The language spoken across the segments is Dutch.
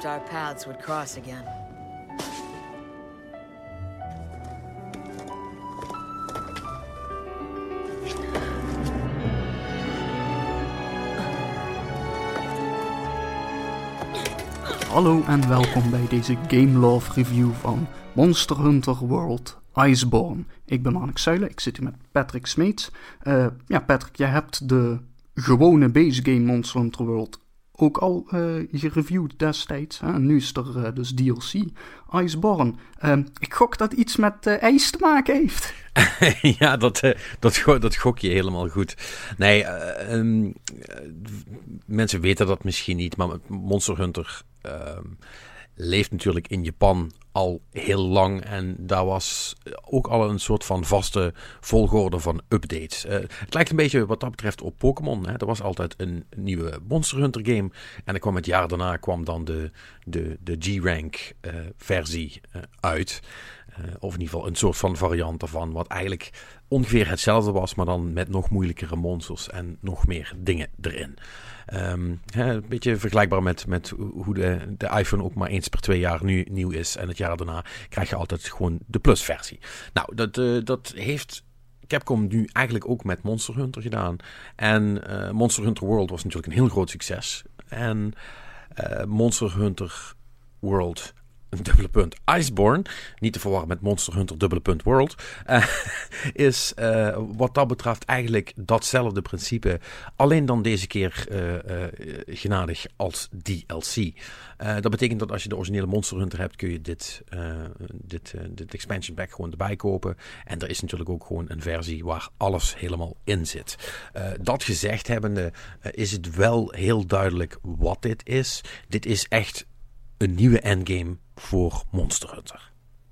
hoped our paths would cross again. Hallo en welkom bij deze Game Love Review van Monster Hunter World Iceborne. Ik ben Marnik Zuilen, ik zit hier met Patrick Smeets. Patrick, jij hebt de gewone base game Monster Hunter World ook al gereviewd destijds. Hè? En nu is er dus DLC, Iceborne. Ik gok dat iets met ijs te maken heeft. Ja, dat gok je helemaal goed. Nee, mensen weten dat misschien niet, maar Monster Hunter leeft natuurlijk in Japan al heel lang. En daar was ook al een soort van vaste volgorde van updates. Het lijkt een beetje wat dat betreft op Pokémon. Er was altijd een nieuwe Monster Hunter game. En dan kwam het jaar daarna kwam dan de G-Rank versie uit. Of in ieder geval een soort van variant daarvan. Wat eigenlijk ongeveer hetzelfde was, maar dan met nog moeilijkere monsters en nog meer dingen erin. Een beetje vergelijkbaar met hoe de iPhone ook maar eens per 2 jaar nu nieuw is. En het jaar daarna krijg je altijd gewoon de Plus versie. Nou, dat heeft Capcom nu eigenlijk ook met Monster Hunter gedaan. En Monster Hunter World was natuurlijk een heel groot succes. En Monster Hunter World Iceborne, niet te verwarren met Monster Hunter World, is wat dat betreft eigenlijk datzelfde principe, alleen dan deze keer genadig als DLC. Dat betekent dat als je de originele Monster Hunter hebt, kun je dit expansion pack gewoon erbij kopen. En er is natuurlijk ook gewoon een versie waar alles helemaal in zit. Dat gezegd hebbende, is het wel heel duidelijk wat dit is. Dit is echt een nieuwe endgame voor Monster Hunter.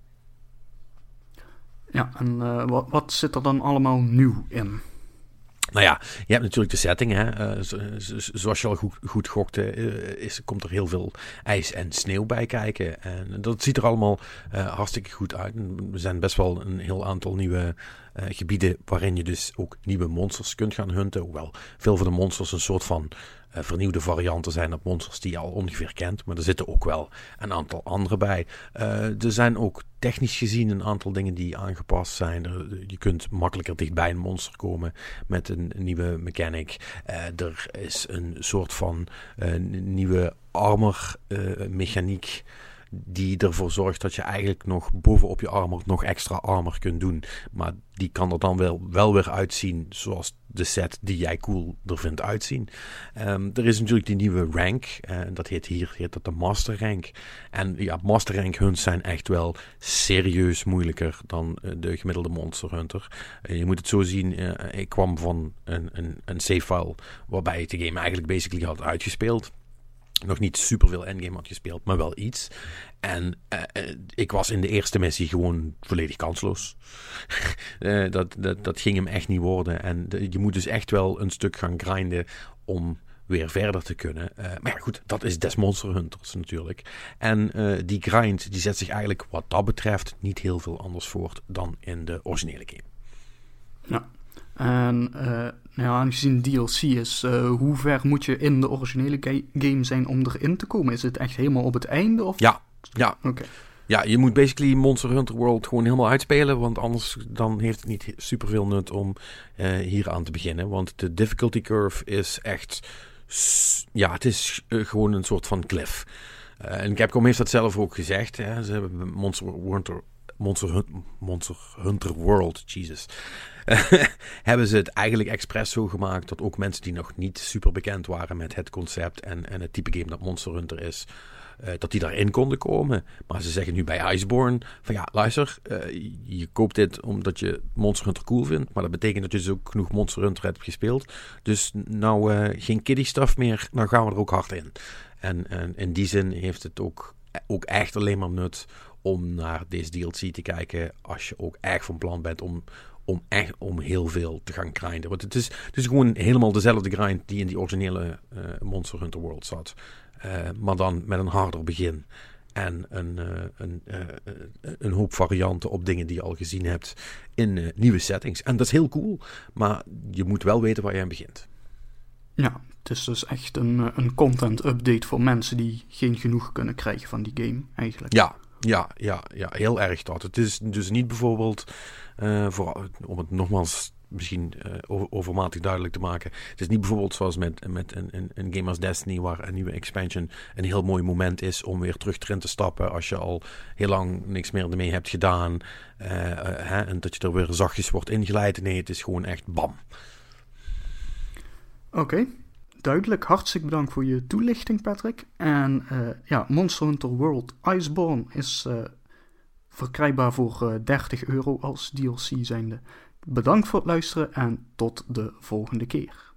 Ja, en wat zit er dan allemaal nieuw in? Nou ja, je hebt natuurlijk de setting. Hè? Zoals je al goed gokte, komt er heel veel ijs en sneeuw bij kijken. En dat ziet er allemaal hartstikke goed uit. En er zijn best wel een heel aantal nieuwe gebieden waarin je dus ook nieuwe monsters kunt gaan hunten. Hoewel veel van de monsters een soort van vernieuwde varianten zijn op monsters die je al ongeveer kent. Maar er zitten ook wel een aantal andere bij. Er zijn ook technisch gezien een aantal dingen die aangepast zijn. Je kunt makkelijker dichtbij een monster komen met een nieuwe mechanic. Er is een soort van nieuwe armor mechaniek die ervoor zorgt dat je eigenlijk nog bovenop je armor nog extra armor kunt doen. Maar die kan er dan wel weer uitzien zoals de set die jij cool er vindt uitzien. Er is natuurlijk die nieuwe rank. Dat heet dat de Master Rank. En ja, Master Rank hunts zijn echt wel serieus moeilijker dan de gemiddelde Monster Hunter. Je moet het zo zien. Ik kwam van een save file waarbij ik de game eigenlijk basically had uitgespeeld. Nog niet superveel endgame had gespeeld, maar wel iets. En ik was in de eerste missie gewoon volledig kansloos. Dat ging hem echt niet worden. En je moet dus echt wel een stuk gaan grinden om weer verder te kunnen. Maar ja, goed, dat is des Monster Hunters natuurlijk. En die grind die zet zich eigenlijk wat dat betreft niet heel veel anders voort dan in de originele game. Ja. En aangezien DLC is, hoe ver moet je in de originele game zijn om erin te komen? Is het echt helemaal op het einde? Of? Ja. Okay. Ja, je moet basically Monster Hunter World gewoon helemaal uitspelen, want anders dan heeft het niet superveel nut om hier aan te beginnen. Want de difficulty curve is echt, het is gewoon een soort van cliff. En Capcom heeft dat zelf ook gezegd. Hè. Ze hebben Monster Hunter World, Jesus. Hebben ze het eigenlijk expres zo gemaakt dat ook mensen die nog niet super bekend waren met het concept en het type game dat Monster Hunter is, dat die daarin konden komen. Maar ze zeggen nu bij Iceborne van ja, luister, je koopt dit omdat je Monster Hunter cool vindt, maar dat betekent dat je dus ook genoeg Monster Hunter hebt gespeeld. Dus nou geen kiddie stuff meer, nou gaan we er ook hard in. En in die zin heeft het ook echt alleen maar nut om naar deze DLC te kijken als je ook echt van plan bent om heel veel te gaan grinden. Want het is gewoon helemaal dezelfde grind die in die originele Monster Hunter World zat. Maar dan met een harder begin. En een hoop varianten op dingen die je al gezien hebt in nieuwe settings. En dat is heel cool. Maar je moet wel weten waar je aan begint. Ja, het is dus echt een content update voor mensen die geen genoeg kunnen krijgen van die game, eigenlijk. Ja, heel erg dat. Het is dus niet bijvoorbeeld, om het nogmaals misschien overmatig duidelijk te maken. Het is niet bijvoorbeeld zoals met een game als Destiny, waar een nieuwe expansion een heel mooi moment is om weer terug erin te stappen als je al heel lang niks meer ermee hebt gedaan. En dat je er weer zachtjes wordt ingeleid. Nee, het is gewoon echt bam. Oké, duidelijk. Hartstikke bedankt voor je toelichting, Patrick. En Monster Hunter World Iceborne is verkrijgbaar voor €30 als DLC zijnde. Bedankt voor het luisteren en tot de volgende keer.